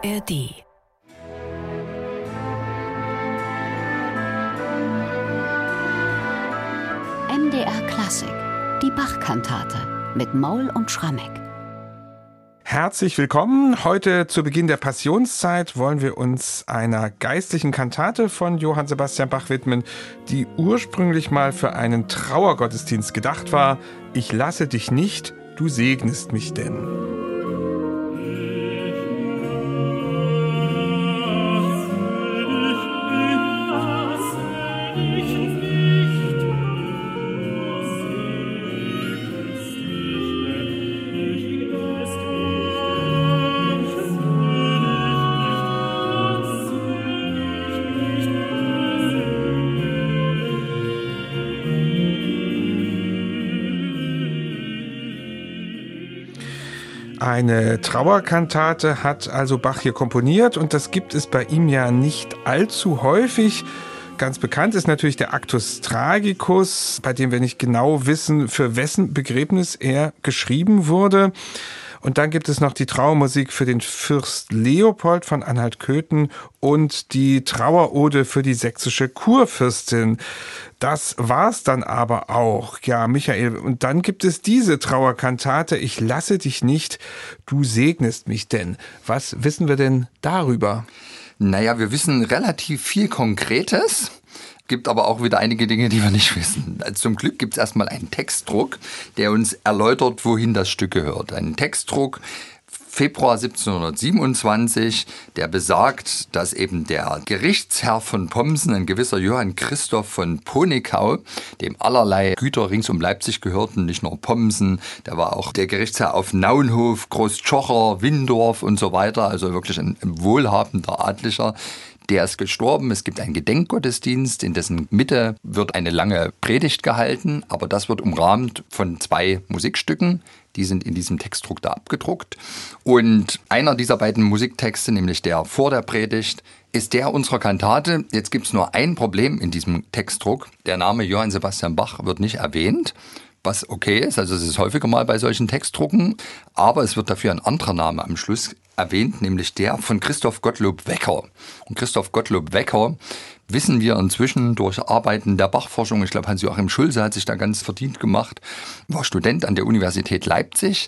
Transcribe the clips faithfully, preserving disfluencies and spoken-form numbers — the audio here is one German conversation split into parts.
R D. M D R Klassik, die Bach-Kantate mit Maul und Schrammeck. Herzlich willkommen. Heute zu Beginn der Passionszeit wollen wir uns einer geistlichen Kantate von Johann Sebastian Bach widmen, die ursprünglich mal für einen Trauergottesdienst gedacht war. Ich lasse dich nicht, du segnest mich denn. Eine Trauerkantate hat also Bach hier komponiert und das gibt es bei ihm ja nicht allzu häufig. Ganz bekannt ist natürlich der Actus Tragicus, bei dem wir nicht genau wissen, für wessen Begräbnis er geschrieben wurde. Und dann gibt es noch die Trauermusik für den Fürst Leopold von Anhalt-Köthen und die Trauerode für die sächsische Kurfürstin. Das war's dann aber auch. Ja, Michael, und dann gibt es diese Trauerkantate, Ich lasse dich nicht, du segnest mich denn. Was wissen wir denn darüber? Naja, wir wissen relativ viel Konkretes. Gibt aber auch wieder einige Dinge, die wir nicht wissen. Zum Glück gibt es erstmal einen Textdruck, der uns erläutert, wohin das Stück gehört. Ein Textdruck Februar siebzehnhundertsiebenundzwanzig, der besagt, dass eben der Gerichtsherr von Pomsen, ein gewisser Johann Christoph von Ponickau, dem allerlei Güter rings um Leipzig gehörten, nicht nur Pomsen, der war auch der Gerichtsherr auf Naunhof, Großtschocher, Windorf und so weiter, also wirklich ein wohlhabender Adliger. Der ist gestorben. Es gibt einen Gedenkgottesdienst, in dessen Mitte wird eine lange Predigt gehalten, aber das wird umrahmt von zwei Musikstücken. Die sind in diesem Textdruck da abgedruckt. Und einer dieser beiden Musiktexte, nämlich der vor der Predigt, ist der unserer Kantate. Jetzt gibt es nur ein Problem in diesem Textdruck. Der Name Johann Sebastian Bach wird nicht erwähnt, was okay ist. Also es ist häufiger mal bei solchen Textdrucken. Aber es wird dafür ein anderer Name am Schluss erwähnt, nämlich der von Christoph Gottlob Wecker. Und Christoph Gottlob Wecker wissen wir inzwischen durch Arbeiten der Bachforschung, ich glaube Hans-Joachim Schulze hat sich da ganz verdient gemacht, war Student an der Universität Leipzig,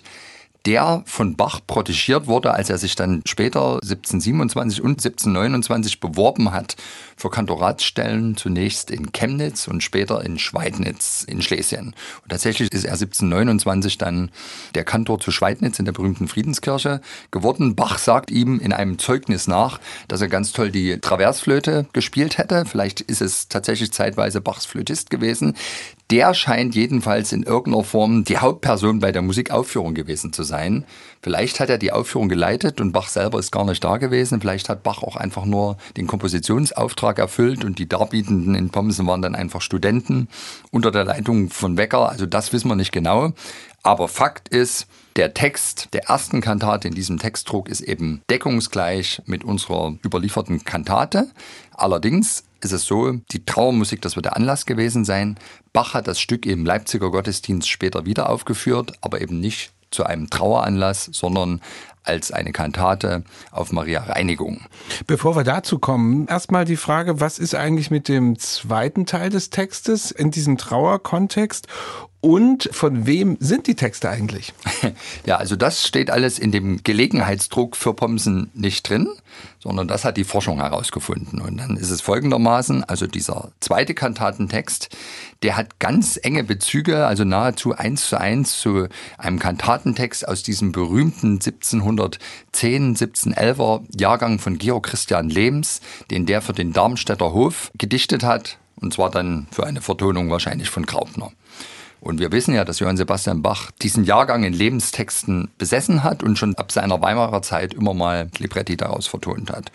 der von Bach protegiert wurde, als er sich dann später siebzehnhundertsiebenundzwanzig und siebzehnhundertneunundzwanzig beworben hat für Kantoratsstellen, zunächst in Chemnitz und später in Schweidnitz in Schlesien. Und tatsächlich ist er siebzehnhundertneunundzwanzig dann der Kantor zu Schweidnitz in der berühmten Friedenskirche geworden. Bach sagt ihm in einem Zeugnis nach, dass er ganz toll die Traversflöte gespielt hätte. Vielleicht ist es tatsächlich zeitweise Bachs Flötist gewesen. Der scheint jedenfalls in irgendeiner Form die Hauptperson bei der Musikaufführung gewesen zu sein. Vielleicht hat er die Aufführung geleitet und Bach selber ist gar nicht da gewesen. Vielleicht hat Bach auch einfach nur den Kompositionsauftrag erfüllt und die Darbietenden in Pomsen waren dann einfach Studenten unter der Leitung von Wecker. Also das wissen wir nicht genau. Aber Fakt ist, der Text der ersten Kantate in diesem Textdruck ist eben deckungsgleich mit unserer überlieferten Kantate. Allerdings ist es so, die Trauermusik, das wird der Anlass gewesen sein. Bach hat das Stück im Leipziger Gottesdienst später wieder aufgeführt, aber eben nicht zu einem Traueranlass, sondern als eine Kantate auf Maria Reinigung. Bevor wir dazu kommen, erstmal die Frage, was ist eigentlich mit dem zweiten Teil des Textes in diesem Trauerkontext? Und von wem sind die Texte eigentlich? Ja, also das steht alles in dem Gelegenheitsdruck für Pomsen nicht drin, sondern das hat die Forschung herausgefunden. Und dann ist es folgendermaßen, also dieser zweite Kantatentext, der hat ganz enge Bezüge, also nahezu eins zu eins zu einem Kantatentext aus diesem berühmten siebzehnhundertzehn, siebzehnhundertelfer Jahrgang von Georg Christian Lehms, den der für den Darmstädter Hof gedichtet hat, und zwar dann für eine Vertonung wahrscheinlich von Graupner. Und wir wissen ja, dass Johann Sebastian Bach diesen Jahrgang in Lebenstexten besessen hat und schon ab seiner Weimarer Zeit immer mal Libretti daraus vertont hat.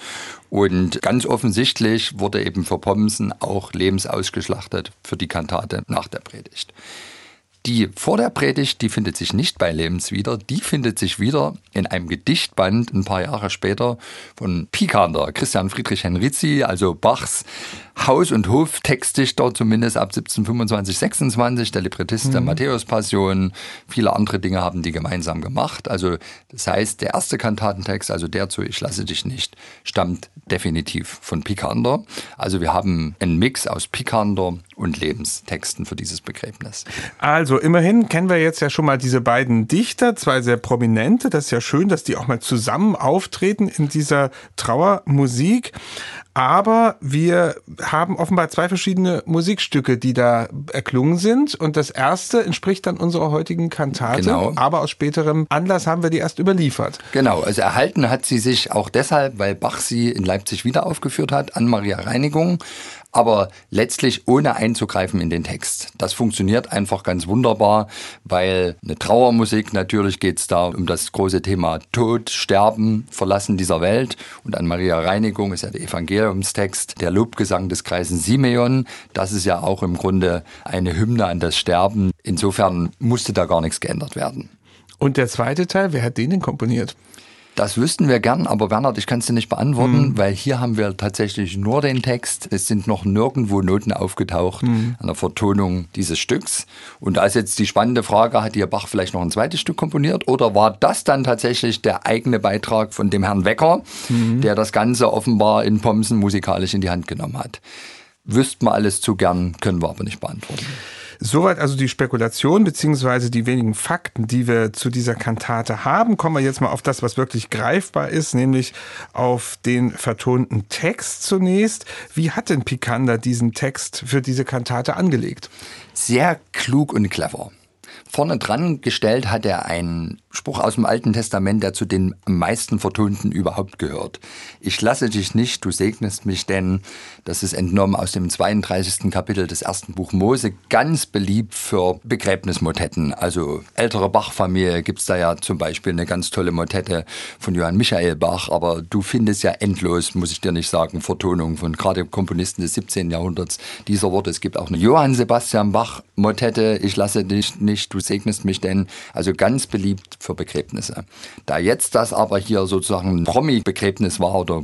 Und ganz offensichtlich wurde eben für Pomsen auch Lehms ausgeschlachtet für die Kantate nach der Predigt. Die vor der Predigt, die findet sich nicht bei Lehms wieder, die findet sich wieder in einem Gedichtband ein paar Jahre später von Picander, Christian Friedrich Henrici, also Bachs Haus- und Hoftextdichter, zumindest ab siebzehnhundertfünfundzwanzig, sechsundzwanzig, der Librettist mhm. der Matthäus-Passion. Viele andere Dinge haben die gemeinsam gemacht. Also das heißt, der erste Kantatentext, also der zu Ich lasse dich nicht, stammt definitiv von Picander. Also wir haben einen Mix aus Picander und Lebenstexten für dieses Begräbnis. Also immerhin kennen wir jetzt ja schon mal diese beiden Dichter, zwei sehr prominente. Das ist ja schön, dass die auch mal zusammen auftreten in dieser Trauermusik. Aber wir haben offenbar zwei verschiedene Musikstücke, die da erklungen sind. Und das erste entspricht dann unserer heutigen Kantate. Genau. Aber aus späterem Anlass haben wir die erst überliefert. Genau, also erhalten hat sie sich auch deshalb, weil Bach sie in Leipzig wieder aufgeführt hat, an Maria Reinigung. Aber letztlich ohne einzugreifen in den Text. Das funktioniert einfach ganz wunderbar, weil eine Trauermusik, natürlich geht es da um das große Thema Tod, Sterben, Verlassen dieser Welt. Und an Maria Reinigung ist ja der Evangeliumstext, der Lobgesang des Greisen Simeon. Das ist ja auch im Grunde eine Hymne an das Sterben. Insofern musste da gar nichts geändert werden. Und der zweite Teil, wer hat den denn komponiert? Das wüssten wir gern, aber Bernhard, ich kann es dir nicht beantworten, mhm. weil hier haben wir tatsächlich nur den Text. Es sind noch nirgendwo Noten aufgetaucht mhm. an der Vertonung dieses Stücks. Und da ist jetzt die spannende Frage, hat hier Bach vielleicht noch ein zweites Stück komponiert oder war das dann tatsächlich der eigene Beitrag von dem Herrn Wecker, mhm. der das Ganze offenbar in Pomsen musikalisch in die Hand genommen hat? Wüssten wir alles zu gern, können wir aber nicht beantworten. Soweit also die Spekulation beziehungsweise die wenigen Fakten, die wir zu dieser Kantate haben. Kommen wir jetzt mal auf das, was wirklich greifbar ist, nämlich auf den vertonten Text zunächst. Wie hat denn Picander diesen Text für diese Kantate angelegt? Sehr klug und clever. Vorne dran gestellt hat er einen Spruch aus dem Alten Testament, der zu den am meisten vertonten überhaupt gehört. Ich lasse dich nicht, du segnest mich, denn das ist entnommen aus dem zweiunddreißigsten Kapitel des ersten Buch Mose, ganz beliebt für Begräbnismotetten. Also ältere Bach-Familie gibt's da ja zum Beispiel eine ganz tolle Motette von Johann Michael Bach, aber du findest ja endlos, muss ich dir nicht sagen, Vertonungen von gerade Komponisten des siebzehnten Jahrhunderts dieser Worte. Es gibt auch eine Johann Sebastian Bach Motette, ich lasse dich nicht, du segnest mich, denn also ganz beliebt für Begräbnisse. Da jetzt das aber hier sozusagen ein Promi-Begräbnis war oder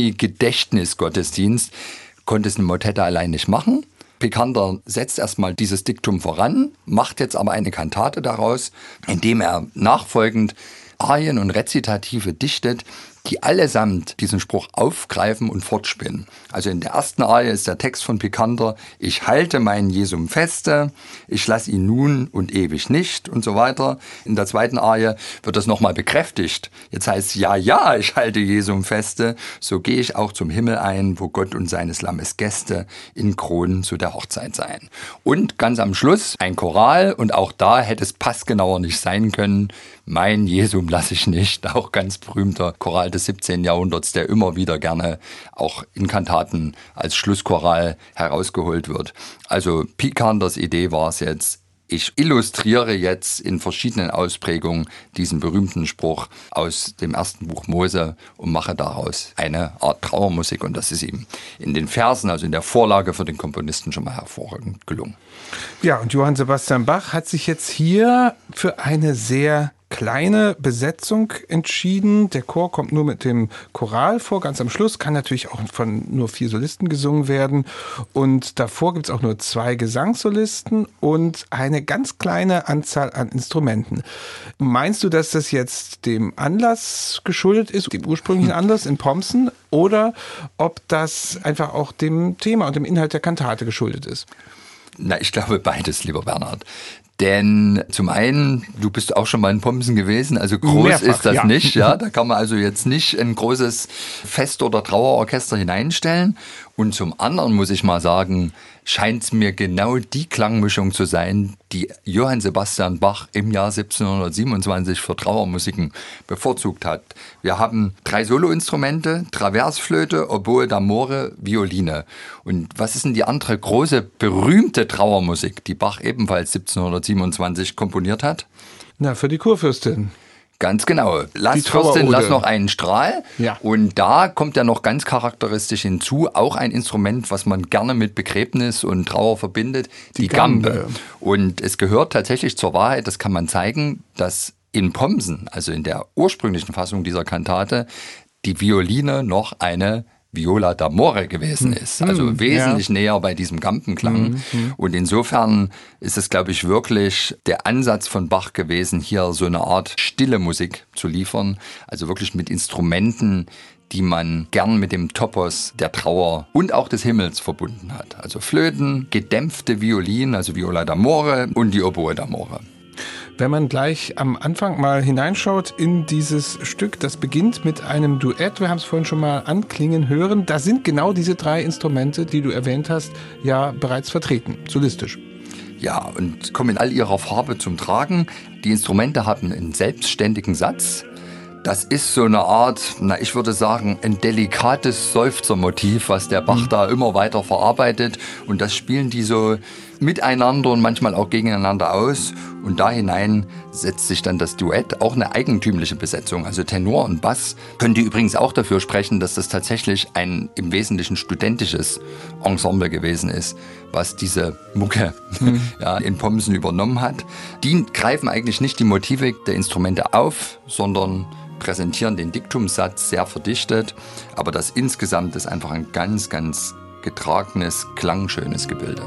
Promi-Gedächtnis-Gottesdienst, konnte es eine Motette allein nicht machen. Picander setzt erstmal dieses Diktum voran, macht jetzt aber eine Kantate daraus, indem er nachfolgend Arien und Rezitative dichtet, die allesamt diesen Spruch aufgreifen und fortspinnen. Also in der ersten Arie ist der Text von Picander, ich halte meinen Jesum feste, ich lasse ihn nun und ewig nicht und so weiter. In der zweiten Arie wird das nochmal bekräftigt. Jetzt heißt es, ja, ja, ich halte Jesum feste, so gehe ich auch zum Himmel ein, wo Gott und seines Lammes Gäste in Kronen zu der Hochzeit seien. Und ganz am Schluss ein Choral und auch da hätte es passgenauer nicht sein können. Mein Jesum lasse ich nicht, auch ganz berühmter Choral des siebzehnten Jahrhunderts, der immer wieder gerne auch in Kantaten als Schlusschoral herausgeholt wird. Also Picanders Idee war es jetzt, ich illustriere jetzt in verschiedenen Ausprägungen diesen berühmten Spruch aus dem ersten Buch Mose und mache daraus eine Art Trauermusik. Und das ist ihm in den Versen, also in der Vorlage für den Komponisten schon mal hervorragend gelungen. Ja, und Johann Sebastian Bach hat sich jetzt hier für eine sehr kleine Besetzung entschieden. Der Chor kommt nur mit dem Choral vor, ganz am Schluss, kann natürlich auch von nur vier Solisten gesungen werden. Und davor gibt es auch nur zwei Gesangssolisten und eine ganz kleine Anzahl an Instrumenten. Meinst du, dass das jetzt dem Anlass geschuldet ist, dem ursprünglichen Anlass in Pomsen, oder ob das einfach auch dem Thema und dem Inhalt der Kantate geschuldet ist? Na, ich glaube beides, lieber Bernhard. Denn zum einen, du bist auch schon mal in Pomsen gewesen, also groß Mehrfach, ist das ja. nicht. Ja, da kann man also jetzt nicht ein großes Fest- oder Trauerorchester hineinstellen. Und zum anderen muss ich mal sagen, scheint es mir genau die Klangmischung zu sein, die Johann Sebastian Bach im Jahr siebzehnhundertsiebenundzwanzig für Trauermusiken bevorzugt hat. Wir haben drei Soloinstrumente, Traversflöte, Oboe d'Amore, Violine. Und was ist denn die andere große, berühmte Trauermusik, die Bach ebenfalls siebzehnhundertsiebenundzwanzig komponiert hat? Na, für die Kurfürstin. Ganz genau. Lass Die Fürstin, Trauerode. lass noch einen Strahl. Ja. Und da kommt ja noch ganz charakteristisch hinzu, auch ein Instrument, was man gerne mit Begräbnis und Trauer verbindet, die, die Gambe. Gambe. Und es gehört tatsächlich zur Wahrheit, das kann man zeigen, dass in Pomsen, also in der ursprünglichen Fassung dieser Kantate, die Violine noch eine Viola d'amore gewesen ist. Also hm, wesentlich ja. näher bei diesem Gambenklang. Hm, hm. Und insofern ist es, glaube ich, wirklich der Ansatz von Bach gewesen, hier so eine Art stille Musik zu liefern. Also wirklich mit Instrumenten, die man gern mit dem Topos der Trauer und auch des Himmels verbunden hat. Also Flöten, gedämpfte Violinen, also Viola d'amore und die Oboe d'amore. Wenn man gleich am Anfang mal hineinschaut in dieses Stück, das beginnt mit einem Duett, wir haben es vorhin schon mal anklingen hören, da sind genau diese drei Instrumente, die du erwähnt hast, ja bereits vertreten, solistisch. Ja, und kommen in all ihrer Farbe zum Tragen. Die Instrumente haben einen selbstständigen Satz. Das ist so eine Art, na ich würde sagen, ein delikates Seufzermotiv, was der Bach mhm. da immer weiter verarbeitet. Und das spielen die so miteinander und manchmal auch gegeneinander aus. Und da hinein setzt sich dann das Duett, auch eine eigentümliche Besetzung. Also Tenor und Bass können die übrigens auch dafür sprechen, dass das tatsächlich ein im Wesentlichen studentisches Ensemble gewesen ist, was diese Mucke mhm. ja, in Pomsen übernommen hat. Die greifen eigentlich nicht die Motive der Instrumente auf, sondern präsentieren den Diktumssatz sehr verdichtet. Aber das insgesamt ist einfach ein ganz, ganz getragenes, klangschönes Gebilde.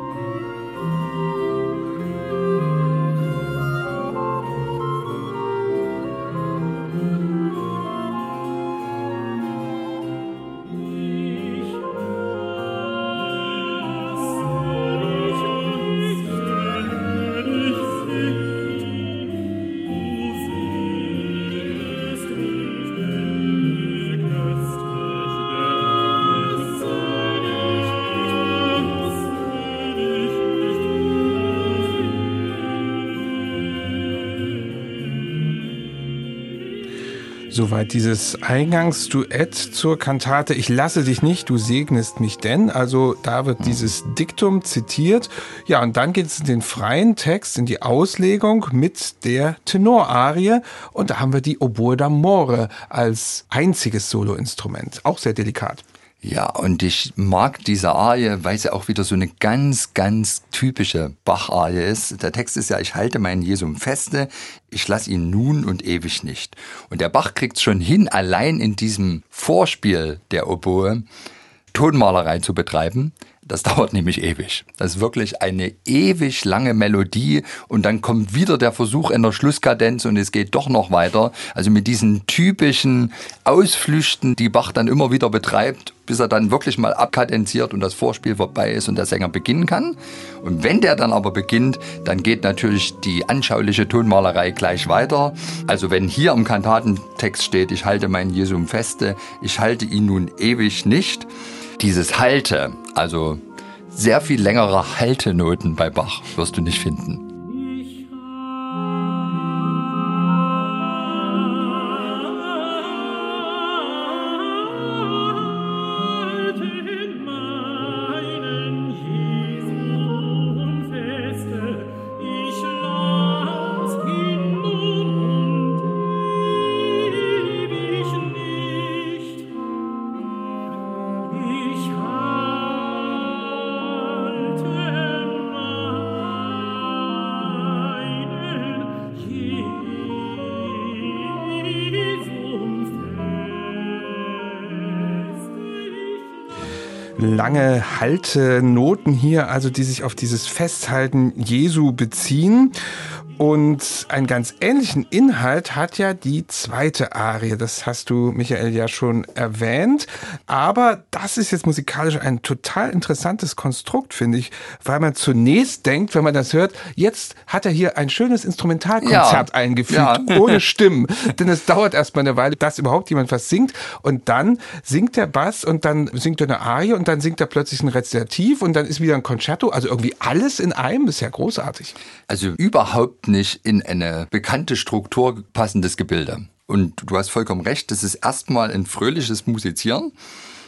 Soweit dieses Eingangsduett zur Kantate Ich lasse dich nicht, du segnest mich denn. Also da wird dieses Diktum zitiert. Ja, und dann geht es in den freien Text, in die Auslegung mit der Tenorarie. Und da haben wir die Oboe d'amore als einziges Soloinstrument. Auch sehr delikat. Ja, und ich mag diese Arie, weil sie auch wieder so eine ganz, ganz typische Bach-Arie ist. Der Text ist ja, ich halte meinen Jesum feste, ich lasse ihn nun und ewig nicht. Und der Bach kriegt es schon hin, allein in diesem Vorspiel der Oboe Tonmalerei zu betreiben. Das dauert nämlich ewig. Das ist wirklich eine ewig lange Melodie und dann kommt wieder der Versuch in der Schlusskadenz und es geht doch noch weiter. Also mit diesen typischen Ausflüchten, die Bach dann immer wieder betreibt, bis er dann wirklich mal abkadenziert und das Vorspiel vorbei ist und der Sänger beginnen kann. Und wenn der dann aber beginnt, dann geht natürlich die anschauliche Tonmalerei gleich weiter. Also wenn hier im Kantatentext steht, ich halte meinen Jesum feste, ich halte ihn nun ewig nicht, dieses Halte, also sehr viel längere Haltenoten bei Bach wirst du nicht finden. Lange Haltenoten hier, also die sich auf dieses Festhalten Jesu beziehen. Und einen ganz ähnlichen Inhalt hat ja die zweite Arie. Das hast du, Michael, ja schon erwähnt. Aber das ist jetzt musikalisch ein total interessantes Konstrukt, finde ich, weil man zunächst denkt, wenn man das hört, jetzt hat er hier ein schönes Instrumentalkonzert ja. eingefügt, ja. ohne Stimmen. Denn es dauert erstmal eine Weile, dass überhaupt jemand was singt. Und dann singt der Bass und dann singt er eine Arie und dann singt er plötzlich ein Rezitativ und dann ist wieder ein Concerto. Also irgendwie alles in einem, ist ja großartig. Also überhaupt nicht in eine bekannte Struktur passendes Gebilde. Und du hast vollkommen recht, das ist erstmal ein fröhliches Musizieren.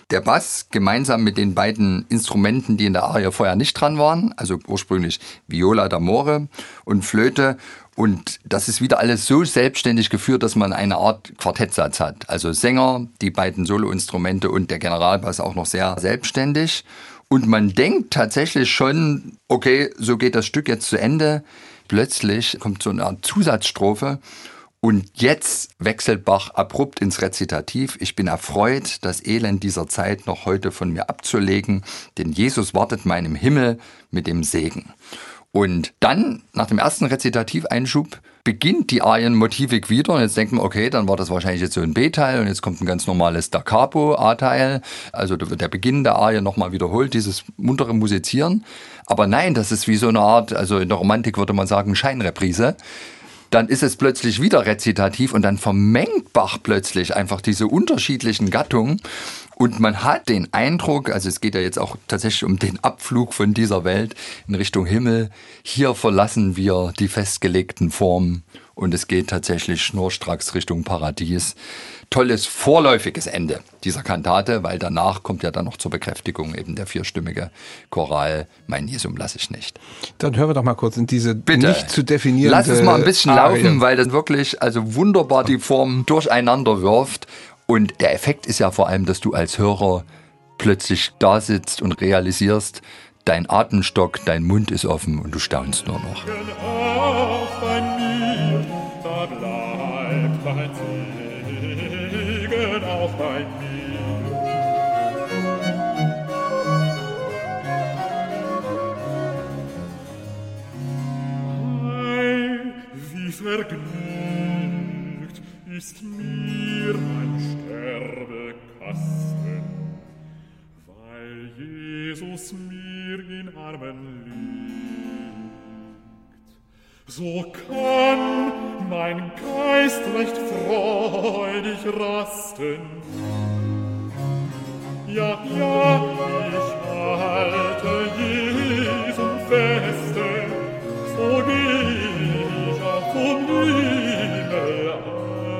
der Bass gemeinsam mit den beiden Instrumenten, die in der Arie vorher nicht dran waren, also ursprünglich Viola d'amore und Flöte. Und das ist wieder alles so selbstständig geführt, dass man eine Art Quartettsatz hat. Also Sänger, die beiden Soloinstrumente und der Generalbass auch noch sehr selbstständig. Und man denkt tatsächlich schon, okay, so geht das Stück jetzt zu Ende. Plötzlich kommt so eine Art Zusatzstrophe. Und jetzt wechselt Bach abrupt ins Rezitativ. Ich bin erfreut, das Elend dieser Zeit noch heute von mir abzulegen, denn Jesus wartet meinem Himmel mit dem Segen. Und dann, nach dem ersten Rezitativeinschub, beginnt die Arienmotivik wieder. Und jetzt denkt man, okay, dann war das wahrscheinlich jetzt so ein B-Teil und jetzt kommt ein ganz normales Da Capo A-Teil. Also da wird der Beginn der Arie nochmal wiederholt, dieses muntere Musizieren. Aber nein, das ist wie so eine Art, also in der Romantik würde man sagen, Scheinreprise. Dann ist es plötzlich wieder rezitativ und dann vermengt Bach plötzlich einfach diese unterschiedlichen Gattungen. Und man hat den Eindruck, also es geht ja jetzt auch tatsächlich um den Abflug von dieser Welt in Richtung Himmel. Hier verlassen wir die festgelegten Formen und es geht tatsächlich schnurstracks Richtung Paradies. Tolles vorläufiges Ende dieser Kantate, weil danach kommt ja dann noch zur Bekräftigung eben der vierstimmige Choral Mein Jesum lass ich nicht. Dann hören wir doch mal kurz in diese Bitte. Nicht zu definierende Lass es mal ein bisschen Arie laufen, weil das wirklich also wunderbar die Formen durcheinander wirft. Und der Effekt ist ja vor allem, dass du als Hörer plötzlich da sitzt und realisierst, dein Atemstock, dein Mund ist offen und du staunst nur noch. Auf bei mir, da bleibt mein Segen auch bei mir. Ei, wie vergnügt ist mir mein Sterbekasten, weil Jesus mir in Armen liegt. So kann mein Geist recht freudig rasten. Ja, ja, ich halte Jesum feste, so geh ich auch vom Himmel an.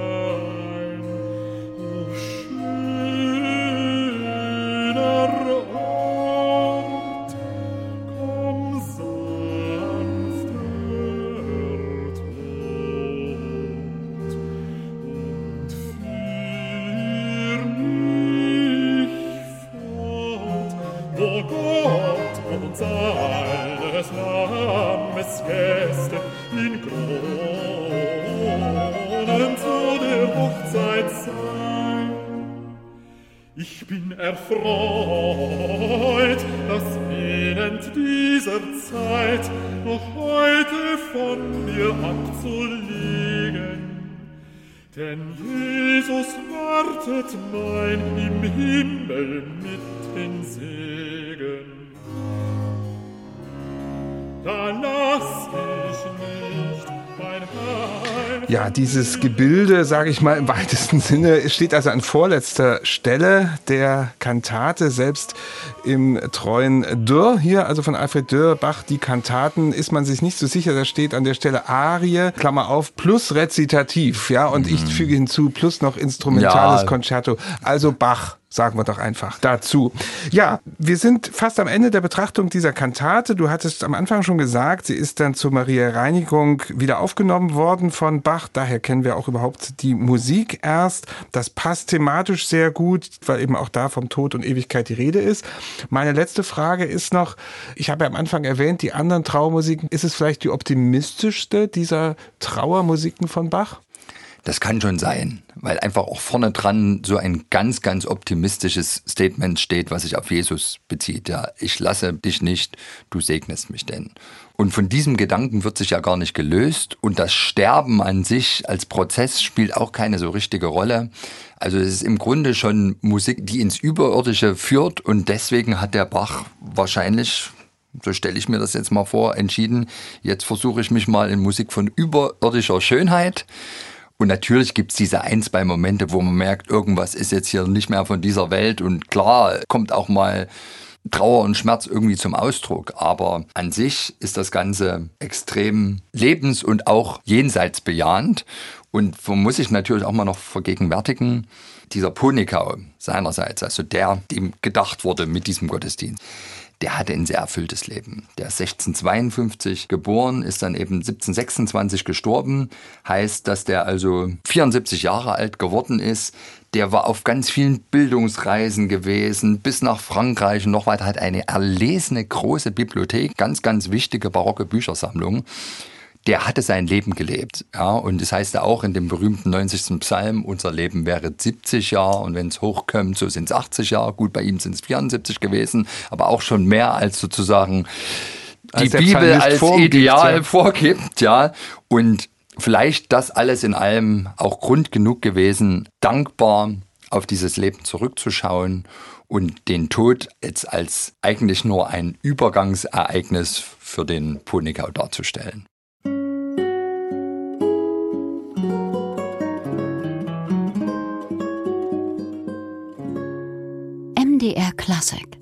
Ich bin erfreut, das Elend dieser Zeit noch heute von mir abzulegen. Denn Jesus wartet mein im Himmel mit den Segen. Da lass ich nicht mein Heil. Ja, dieses Gebilde, sage ich mal im weitesten Sinne, steht also an vorletzter Stelle der Kantate, selbst im treuen Dürr hier, also von Alfred Dürr, Bach, die Kantaten, ist man sich nicht so sicher, da steht an der Stelle Arie, Klammer auf, plus Rezitativ, ja, und mhm. ich füge hinzu, plus noch instrumentales ja. Concerto, also Bach. Sagen wir doch einfach dazu. Ja, wir sind fast am Ende der Betrachtung dieser Kantate. Du hattest am Anfang schon gesagt, sie ist dann zur Mariä Reinigung wieder aufgenommen worden von Bach. Daher kennen wir auch überhaupt die Musik erst. Das passt thematisch sehr gut, weil eben auch da vom Tod und Ewigkeit die Rede ist. Meine letzte Frage ist noch, ich habe ja am Anfang erwähnt, die anderen Trauermusiken, ist es vielleicht die optimistischste dieser Trauermusiken von Bach? Das kann schon sein, weil einfach auch vorne dran so ein ganz, ganz optimistisches Statement steht, was sich auf Jesus bezieht. Ja, ich lasse dich nicht, du segnest mich denn. Und von diesem Gedanken wird sich ja gar nicht gelöst. Und das Sterben an sich als Prozess spielt auch keine so richtige Rolle. Also es ist im Grunde schon Musik, die ins Überirdische führt. Und deswegen hat der Bach wahrscheinlich, so stelle ich mir das jetzt mal vor, entschieden, jetzt versuche ich mich mal in Musik von überirdischer Schönheit. Und natürlich gibt's diese ein, zwei Momente, wo man merkt, irgendwas ist jetzt hier nicht mehr von dieser Welt. Und klar, kommt auch mal Trauer und Schmerz irgendwie zum Ausdruck. Aber an sich ist das Ganze extrem lebens- und auch jenseitsbejahend. Und man muss sich natürlich auch mal noch vergegenwärtigen, dieser Ponickau seinerseits, also der, dem gedacht wurde mit diesem Gottesdienst, der hatte ein sehr erfülltes Leben. Der ist sechzehnhundertzweiundfünfzig geboren, ist dann eben siebzehnhundertsechsundzwanzig gestorben. Heißt, dass der also vierundsiebzig Jahre alt geworden ist. Der war auf ganz vielen Bildungsreisen gewesen, bis nach Frankreich und noch weiter, hat eine erlesene große Bibliothek, ganz, ganz wichtige barocke Büchersammlung. Der hatte sein Leben gelebt. Ja, und das heißt ja auch in dem berühmten neunzigsten Psalm, unser Leben wäre siebzig Jahre und wenn es hochkommt, so sind es achtzig Jahre. Gut, bei ihm sind es vierundsiebzig gewesen, aber auch schon mehr als sozusagen die als Bibel als vorgibt, Ideal ja. vorgibt. Ja. Und vielleicht das alles in allem auch Grund genug gewesen, dankbar auf dieses Leben zurückzuschauen und den Tod jetzt als eigentlich nur ein Übergangsereignis für den Ponickau darzustellen. M D R Klassik